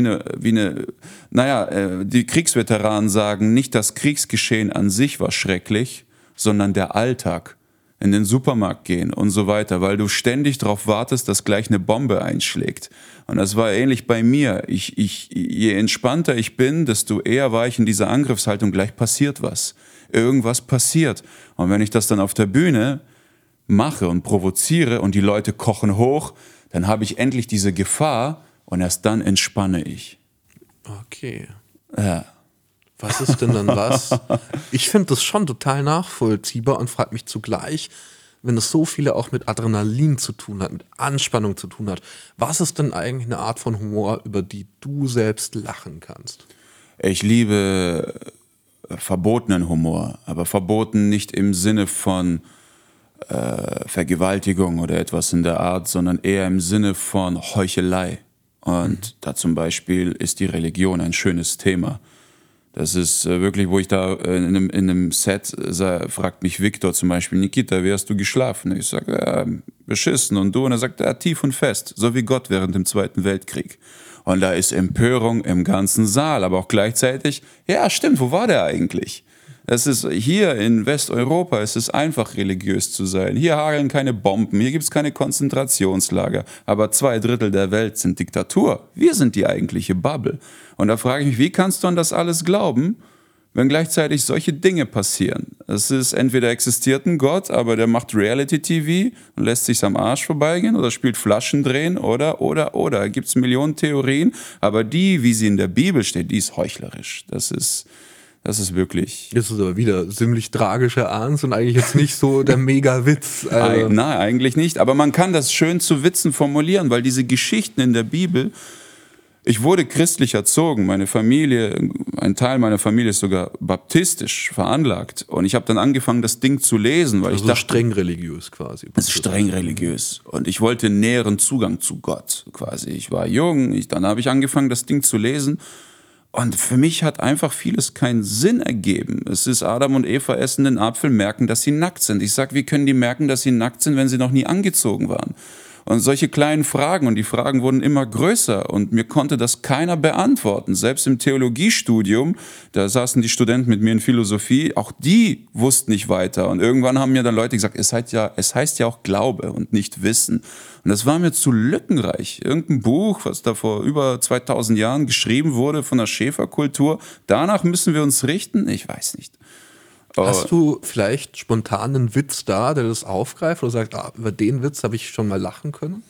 [SPEAKER 1] die Kriegsveteranen sagen, nicht das Kriegsgeschehen an sich war schrecklich, sondern der Alltag. In den Supermarkt gehen und so weiter, weil du ständig darauf wartest, dass gleich eine Bombe einschlägt. Und das war ähnlich bei mir. Je entspannter ich bin, desto eher war ich in dieser Angriffshaltung, gleich passiert was. Irgendwas passiert. Und wenn ich das dann auf der Bühne mache und provoziere und die Leute kochen hoch, dann habe ich endlich diese Gefahr und erst dann entspanne ich.
[SPEAKER 3] Okay.
[SPEAKER 1] Ja.
[SPEAKER 3] Was ist denn dann was? Ich finde das schon total nachvollziehbar und frage mich zugleich, wenn es so viele auch mit Adrenalin zu tun hat, mit Anspannung zu tun hat, was ist denn eigentlich eine Art von Humor, über die du selbst lachen kannst?
[SPEAKER 1] Ich liebe verbotenen Humor, aber verboten nicht im Sinne von Vergewaltigung oder etwas in der Art, sondern eher im Sinne von Heuchelei. Und da zum Beispiel ist die Religion ein schönes Thema. Das ist wirklich, wo ich da in einem Set fragt mich Victor zum Beispiel, Nikita, wie hast du geschlafen? Ich sage, beschissen. Und du? Und er sagt, tief und fest, so wie Gott während dem Zweiten Weltkrieg. Und da ist Empörung im ganzen Saal, aber auch gleichzeitig, ja stimmt, wo war der eigentlich? Es ist hier in Westeuropa, es ist einfach religiös zu sein. Hier hageln keine Bomben, hier gibt es keine Konzentrationslager. Aber 2/3 der Welt sind Diktatur. Wir sind die eigentliche Bubble. Und da frage ich mich, wie kannst du an das alles glauben, wenn gleichzeitig solche Dinge passieren? Es ist entweder existiert ein Gott, aber der macht Reality-TV und lässt sich's am Arsch vorbeigehen oder spielt Flaschen drehen oder. Da gibt es Millionen Theorien, aber die, wie sie in der Bibel steht, die ist heuchlerisch. Das ist wirklich...
[SPEAKER 3] Das ist aber wieder ziemlich tragischer Ernst und eigentlich jetzt nicht so der Mega-Witz.
[SPEAKER 1] Nein, eigentlich nicht. Aber man kann das schön zu Witzen formulieren, weil diese Geschichten in der Bibel... Ich wurde christlich erzogen. Meine Familie, ein Teil meiner Familie ist sogar baptistisch veranlagt. Und ich habe dann angefangen, das Ding zu lesen, weil
[SPEAKER 3] also
[SPEAKER 1] ich dachte...
[SPEAKER 3] streng religiös quasi.
[SPEAKER 1] Es ist streng religiös. Und ich wollte näheren Zugang zu Gott quasi. Ich war jung, dann habe ich angefangen, das Ding zu lesen. Und für mich hat einfach vieles keinen Sinn ergeben. Es ist Adam und Eva essen den Apfel, merken, dass sie nackt sind. Ich sage, wie können die merken, dass sie nackt sind, wenn sie noch nie angezogen waren? Und solche kleinen Fragen, und die Fragen wurden immer größer und mir konnte das keiner beantworten. Selbst im Theologiestudium, da saßen die Studenten mit mir in Philosophie, auch die wussten nicht weiter. Und irgendwann haben mir dann Leute gesagt, es heißt ja auch Glaube und nicht Wissen. Und das war mir zu lückenreich. Irgendein Buch, was da vor über 2000 Jahren geschrieben wurde von der Schäferkultur, danach müssen wir uns richten? Ich weiß nicht.
[SPEAKER 3] Hast du vielleicht spontan einen Witz da, der das aufgreift oder sagt, über den Witz habe ich schon mal lachen können?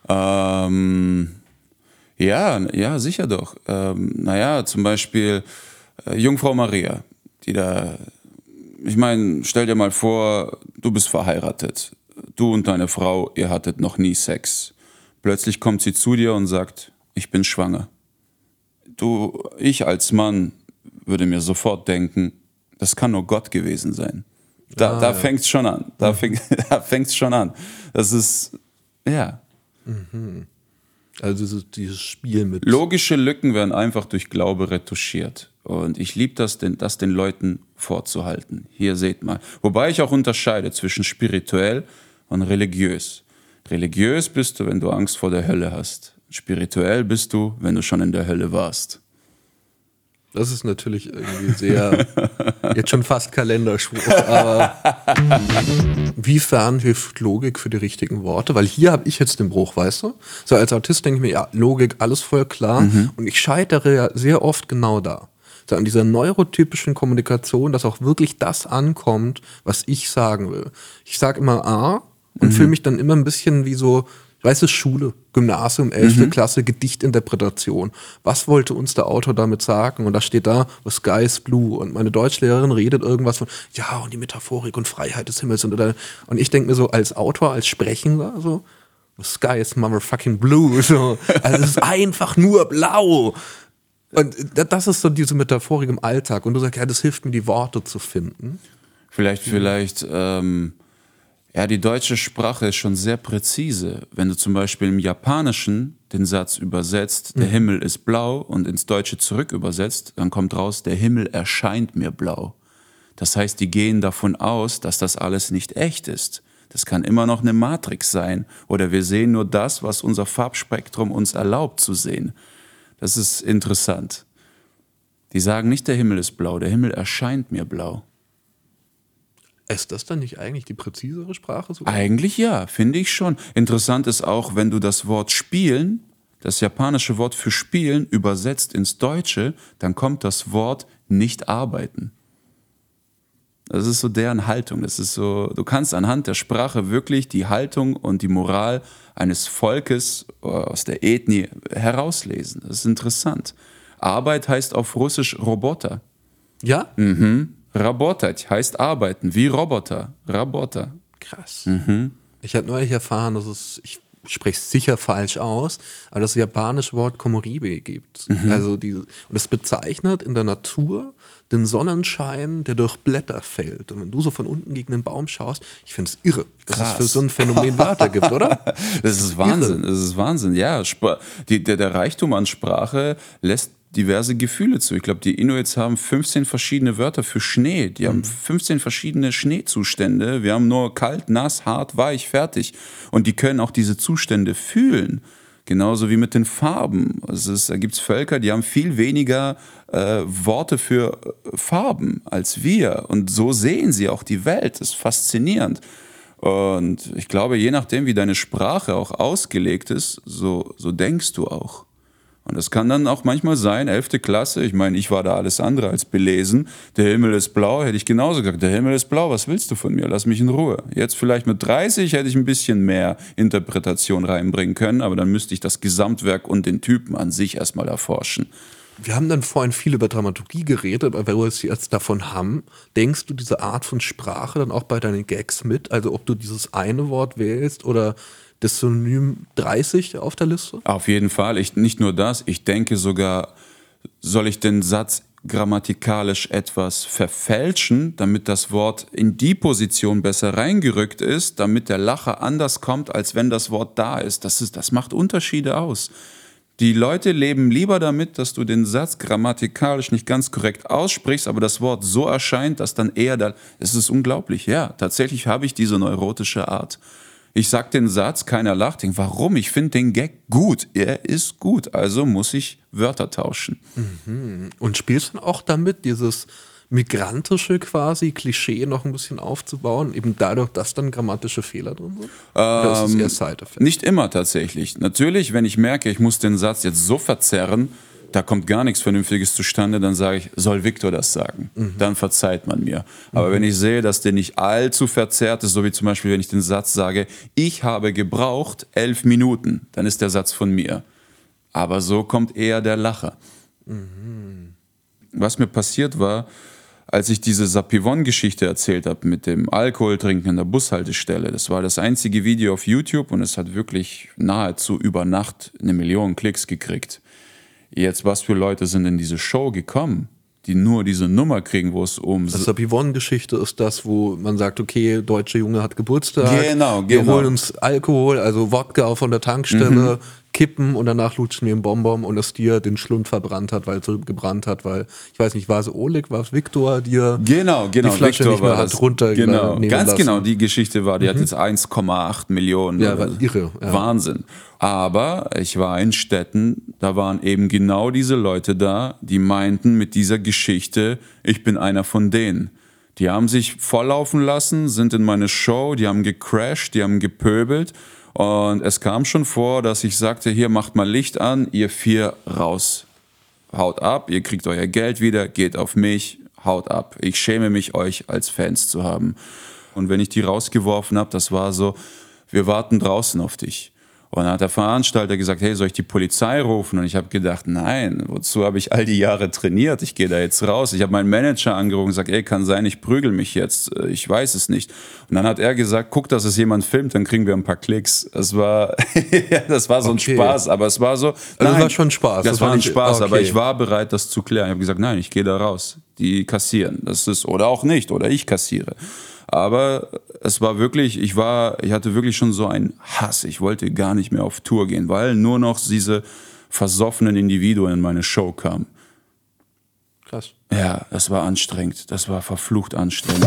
[SPEAKER 1] Ja, sicher doch. Zum Beispiel Jungfrau Maria, ich meine, stell dir mal vor, du bist verheiratet. Du und deine Frau, ihr hattet noch nie Sex. Plötzlich kommt sie zu dir und sagt, ich bin schwanger. Ich als Mann würde mir sofort denken, das kann nur Gott gewesen sein. Da fängt es schon an. Da fängt's schon an. Das ist, ja.
[SPEAKER 3] Mhm. Also dieses Spiel mit...
[SPEAKER 1] Logische Lücken werden einfach durch Glaube retuschiert. Und ich liebe das, den Leuten vorzuhalten. Hier seht mal. Wobei ich auch unterscheide zwischen spirituell und religiös. Religiös bist du, wenn du Angst vor der Hölle hast. Spirituell bist du, wenn du schon in der Hölle warst.
[SPEAKER 3] Das ist natürlich irgendwie sehr, jetzt schon fast Kalenderspruch, aber inwiefern hilft Logik für die richtigen Worte? Weil hier habe ich jetzt den Bruch, weißt du? So als Autist denke ich mir, ja, Logik, alles voll klar. Und ich scheitere ja sehr oft genau da. So an dieser neurotypischen Kommunikation, dass auch wirklich das ankommt, was ich sagen will. Ich sage immer A und fühle mich dann immer ein bisschen wie so Weißt du, Schule, Gymnasium, 11. Klasse, Gedichtinterpretation. Was wollte uns der Autor damit sagen? Und da steht da, the sky is blue. Und meine Deutschlehrerin redet irgendwas von, ja, und die Metaphorik und Freiheit des Himmels. Und ich denke mir so, als Autor, als Sprechender, so, the sky is motherfucking blue. So. Also es ist einfach nur blau. Und das ist so diese Metaphorik im Alltag. Und du sagst, ja, das hilft mir, die Worte zu finden.
[SPEAKER 1] Vielleicht, ja, die deutsche Sprache ist schon sehr präzise. Wenn du zum Beispiel im Japanischen den Satz übersetzt, der Himmel ist blau, und ins Deutsche zurück übersetzt, dann kommt raus, der Himmel erscheint mir blau. Das heißt, die gehen davon aus, dass das alles nicht echt ist. Das kann immer noch eine Matrix sein. Oder wir sehen nur das, was unser Farbspektrum uns erlaubt zu sehen. Das ist interessant. Die sagen nicht, der Himmel ist blau, der Himmel erscheint mir blau.
[SPEAKER 3] Ist das dann nicht eigentlich die präzisere Sprache sogar?
[SPEAKER 1] Eigentlich ja, finde ich schon. Interessant ist auch, wenn du das Wort spielen, das japanische Wort für spielen, übersetzt ins Deutsche, dann kommt das Wort nicht arbeiten. Das ist so deren Haltung. Das ist so, du kannst anhand der Sprache wirklich die Haltung und die Moral eines Volkes aus der Ethnie herauslesen. Das ist interessant. Arbeit heißt auf Russisch Roboter.
[SPEAKER 3] Ja?
[SPEAKER 1] Работать heißt arbeiten, wie Roboter. Работа.
[SPEAKER 3] Krass. Ich habe neulich erfahren, dass ich spreche es sicher falsch aus, aber das japanische Wort Komoribe gibt. Also und es bezeichnet in der Natur den Sonnenschein, der durch Blätter fällt. Und wenn du so von unten gegen den Baum schaust, ich finde es irre, dass es für so ein Phänomen Wörter gibt, oder?
[SPEAKER 1] Das ist Wahnsinn, das ist Wahnsinn. Ja, der Reichtum an Sprache lässt diverse Gefühle zu. Ich glaube, die Inuits haben 15 verschiedene Wörter für Schnee. Die haben 15 verschiedene Schneezustände. Wir haben nur kalt, nass, hart, weich, fertig. Und die können auch diese Zustände fühlen. Genauso wie mit den Farben. Da gibt es Völker, die haben viel weniger Worte für Farben als wir. Und so sehen sie auch die Welt. Das ist faszinierend. Und ich glaube, je nachdem, wie deine Sprache auch ausgelegt ist, so denkst du auch. Und das kann dann auch manchmal sein, 11. Klasse, ich meine, ich war da alles andere als belesen, der Himmel ist blau, hätte ich genauso gesagt, der Himmel ist blau, was willst du von mir, lass mich in Ruhe. Jetzt vielleicht mit 30 hätte ich ein bisschen mehr Interpretation reinbringen können, aber dann müsste ich das Gesamtwerk und den Typen an sich erstmal erforschen.
[SPEAKER 3] Wir haben dann vorhin viel über Dramaturgie geredet, aber wenn wir es jetzt davon haben, denkst du diese Art von Sprache dann auch bei deinen Gags mit? Also ob du dieses eine Wort wählst oder das Synonym 30 auf der Liste?
[SPEAKER 1] Auf jeden Fall. Nicht nur das, ich denke sogar, soll ich den Satz grammatikalisch etwas verfälschen, damit das Wort in die Position besser reingerückt ist, damit der Lacher anders kommt, als wenn das Wort da ist. Das macht Unterschiede aus. Die Leute leben lieber damit, dass du den Satz grammatikalisch nicht ganz korrekt aussprichst, aber das Wort so erscheint, dass dann eher da... Es ist unglaublich. Ja, tatsächlich habe ich diese neurotische Art. Ich sag den Satz, keiner lacht. Denk, warum? Ich finde den Gag gut. Er ist gut, also muss ich Wörter tauschen.
[SPEAKER 3] Und spielst du auch damit, dieses migrantische quasi Klischee noch ein bisschen aufzubauen, eben dadurch, dass dann grammatische Fehler drin sind? Oder ist es eher Side-Effekt?
[SPEAKER 1] Nicht immer tatsächlich. Natürlich, wenn ich merke, ich muss den Satz jetzt so verzerren, da kommt gar nichts Vernünftiges zustande, dann sage ich, soll Viktor das sagen? Dann verzeiht man mir. Aber wenn ich sehe, dass der nicht allzu verzerrt ist, so wie zum Beispiel, wenn ich den Satz sage, ich habe gebraucht 11 Minuten, dann ist der Satz von mir. Aber so kommt eher der Lacher. Was mir passiert war, als ich diese Sapivon-Geschichte erzählt habe mit dem Alkoholtrinken an der Bushaltestelle, das war das einzige Video auf YouTube und es hat wirklich nahezu über Nacht 1 Million Klicks gekriegt. Jetzt, was für Leute sind in diese Show gekommen, die nur diese Nummer kriegen, wo es um...
[SPEAKER 3] Also Sapivon-Geschichte ist das, wo man sagt, okay, deutscher Junge hat Geburtstag,
[SPEAKER 1] Genau.
[SPEAKER 3] Wir holen uns Alkohol, also Wodka von der Tankstelle, kippen und danach lutschen wir einen Bonbon und es dir den Schlund verbrannt hat, weil es so gebrannt hat, weil, ich weiß nicht, war es Oleg, war es Viktor, dir
[SPEAKER 1] Genau,
[SPEAKER 3] die Flasche
[SPEAKER 1] Viktor
[SPEAKER 3] nicht mehr
[SPEAKER 1] war
[SPEAKER 3] hat
[SPEAKER 1] das.
[SPEAKER 3] runter
[SPEAKER 1] Genau,
[SPEAKER 3] nehmen
[SPEAKER 1] ganz
[SPEAKER 3] lassen.
[SPEAKER 1] genau, die Geschichte war, die hat jetzt 1,8 Millionen.
[SPEAKER 3] Ja, war irre. Ja.
[SPEAKER 1] Wahnsinn. Aber ich war in Städten, da waren eben genau diese Leute da, die meinten mit dieser Geschichte, ich bin einer von denen. Die haben sich volllaufen lassen, sind in meine Show, die haben gecrashed, die haben gepöbelt. Und es kam schon vor, dass ich sagte, hier macht mal Licht an, ihr 4 raus. Haut ab, ihr kriegt euer Geld wieder, geht auf mich, haut ab. Ich schäme mich, euch als Fans zu haben. Und wenn ich die rausgeworfen habe, das war so, wir warten draußen auf dich. Und dann hat der Veranstalter gesagt, hey, soll ich die Polizei rufen? Und ich habe gedacht, nein, wozu habe ich all die Jahre trainiert? Ich gehe da jetzt raus. Ich habe meinen Manager angerufen und gesagt, ey, kann sein, ich prügel mich jetzt. Ich weiß es nicht. Und dann hat er gesagt, guck, dass es jemand filmt, dann kriegen wir ein paar Klicks. Das war, das war so ein Spaß, aber es war so.
[SPEAKER 3] Also
[SPEAKER 1] nein,
[SPEAKER 3] das war schon Spaß.
[SPEAKER 1] Das war ein Spaß,
[SPEAKER 3] okay.
[SPEAKER 1] aber ich war bereit, das zu klären. Ich habe gesagt, nein, ich gehe da raus. Die kassieren. Das ist, oder auch nicht, oder ich kassiere. Aber es war wirklich, ich hatte wirklich schon so einen Hass. Ich wollte gar nicht mehr auf Tour gehen, weil nur noch diese versoffenen Individuen in meine Show kamen.
[SPEAKER 3] Krass.
[SPEAKER 1] Ja, das war anstrengend. Das war verflucht anstrengend.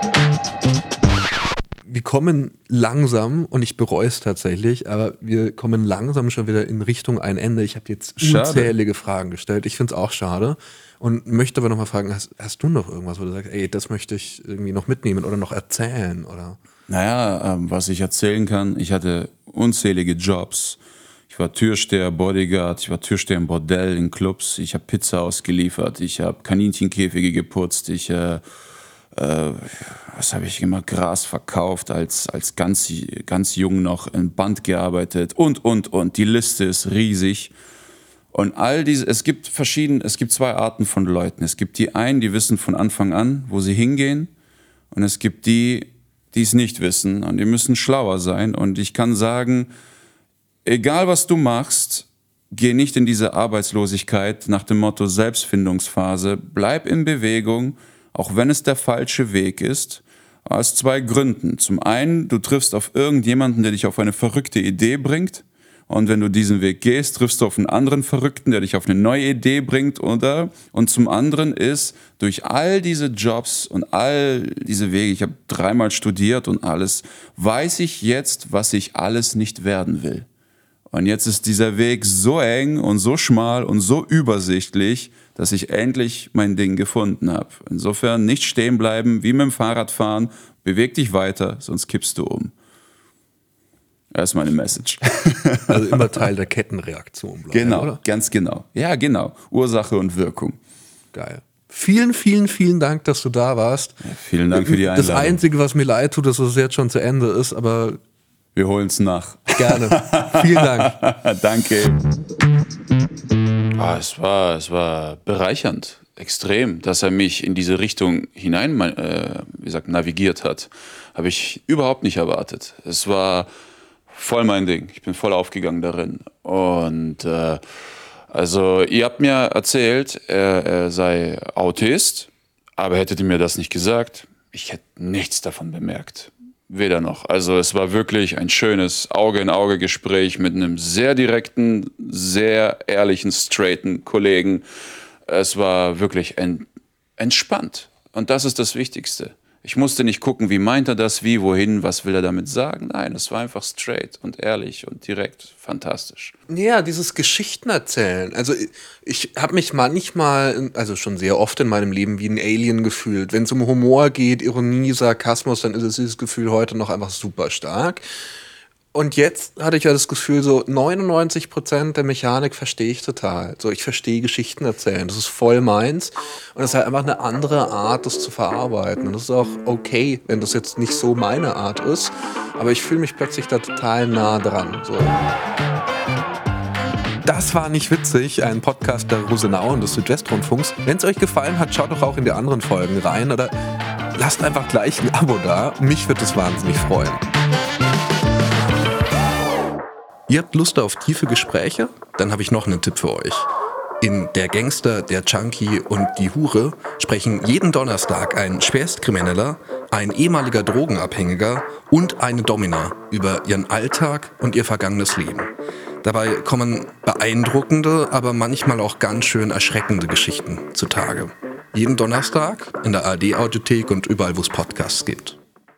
[SPEAKER 3] Wir kommen langsam, und ich bereue es tatsächlich, aber wir kommen langsam schon wieder in Richtung ein Ende. Ich habe jetzt unzählige Fragen gestellt. Ich finde es auch schade. Und möchte aber nochmal fragen, hast du noch irgendwas, wo du sagst, ey, das möchte ich irgendwie noch mitnehmen oder noch erzählen? Oder?
[SPEAKER 1] Naja, was ich erzählen kann, ich hatte unzählige Jobs. Ich war Türsteher, Bodyguard, ich war Türsteher im Bordell, in Clubs, ich habe Pizza ausgeliefert, ich habe Kaninchenkäfige geputzt, was habe ich gemacht? Gras verkauft, als ganz jung noch im Band gearbeitet und. Die Liste ist riesig. Und all diese, es gibt zwei Arten von Leuten. Es gibt die einen, die wissen von Anfang an, wo sie hingehen. Und es gibt die es nicht wissen. Und die müssen schlauer sein. Und ich kann sagen, egal was du machst, geh nicht in diese Arbeitslosigkeit nach dem Motto Selbstfindungsphase. Bleib in Bewegung, auch wenn es der falsche Weg ist. Aus zwei Gründen. Zum einen, du triffst auf irgendjemanden, der dich auf eine verrückte Idee bringt. Und wenn du diesen Weg gehst, triffst du auf einen anderen Verrückten, der dich auf eine neue Idee bringt, oder? Und zum anderen ist, durch all diese Jobs und all diese Wege, ich habe 3-mal studiert und alles, weiß ich jetzt, was ich alles nicht werden will. Und jetzt ist dieser Weg so eng und so schmal und so übersichtlich, dass ich endlich mein Ding gefunden habe. Insofern nicht stehen bleiben, wie mit dem Fahrradfahren, beweg dich weiter, sonst kippst du um. Das ist meine Message.
[SPEAKER 3] Also immer Teil der Kettenreaktion bleiben,
[SPEAKER 1] genau,
[SPEAKER 3] oder?
[SPEAKER 1] Ganz genau. Ja, genau. Ursache und Wirkung.
[SPEAKER 3] Geil. Vielen, vielen, vielen Dank, dass du da warst.
[SPEAKER 1] Ja, vielen Dank für die Einladung.
[SPEAKER 3] Das Einzige, was mir leid tut, ist, dass es jetzt schon zu Ende ist, aber...
[SPEAKER 1] Wir holen es nach.
[SPEAKER 3] Gerne. Vielen Dank.
[SPEAKER 1] Danke. Es war bereichernd, extrem, dass er mich in diese Richtung hinein, navigiert hat. Habe ich überhaupt nicht erwartet. Es war voll mein Ding. Ich bin voll aufgegangen darin. Und also ihr habt mir erzählt, er sei Autist, aber hättet ihr mir das nicht gesagt, ich hätte nichts davon bemerkt. Weder noch. Also es war wirklich ein schönes Auge-in-Auge-Gespräch mit einem sehr direkten, sehr ehrlichen, straighten Kollegen. Es war wirklich entspannt. Und das ist das Wichtigste. Ich musste nicht gucken, wie meint er das, wie, wohin, was will er damit sagen. Nein, es war einfach straight und ehrlich und direkt. Fantastisch.
[SPEAKER 3] Ja, dieses Geschichten erzählen. Also ich habe mich manchmal, also schon sehr oft in meinem Leben wie ein Alien gefühlt. Wenn es um Humor geht, Ironie, Sarkasmus, dann ist es dieses Gefühl heute noch einfach super stark. Und jetzt hatte ich ja das Gefühl, so 99% der Mechanik verstehe ich total. So, ich verstehe Geschichten erzählen. Das ist voll meins. Und es ist halt einfach eine andere Art, das zu verarbeiten. Und das ist auch okay, wenn das jetzt nicht so meine Art ist. Aber ich fühle mich plötzlich da total nah dran. So. Das war nicht witzig, ein Podcast der Rosenau und des Südwestrundfunks. Wenn es euch gefallen hat, schaut doch auch in die anderen Folgen rein oder lasst einfach gleich ein Abo da. Mich würde es wahnsinnig freuen. Ihr habt Lust auf tiefe Gespräche? Dann habe ich noch einen Tipp für euch. In Der Gangster, der Junkie und die Hure sprechen jeden Donnerstag ein Schwerstkrimineller, ein ehemaliger Drogenabhängiger und eine Domina über ihren Alltag und ihr vergangenes Leben. Dabei kommen beeindruckende, aber manchmal auch ganz schön erschreckende Geschichten zutage. Jeden Donnerstag in der ARD-Audiothek und überall, wo es Podcasts gibt.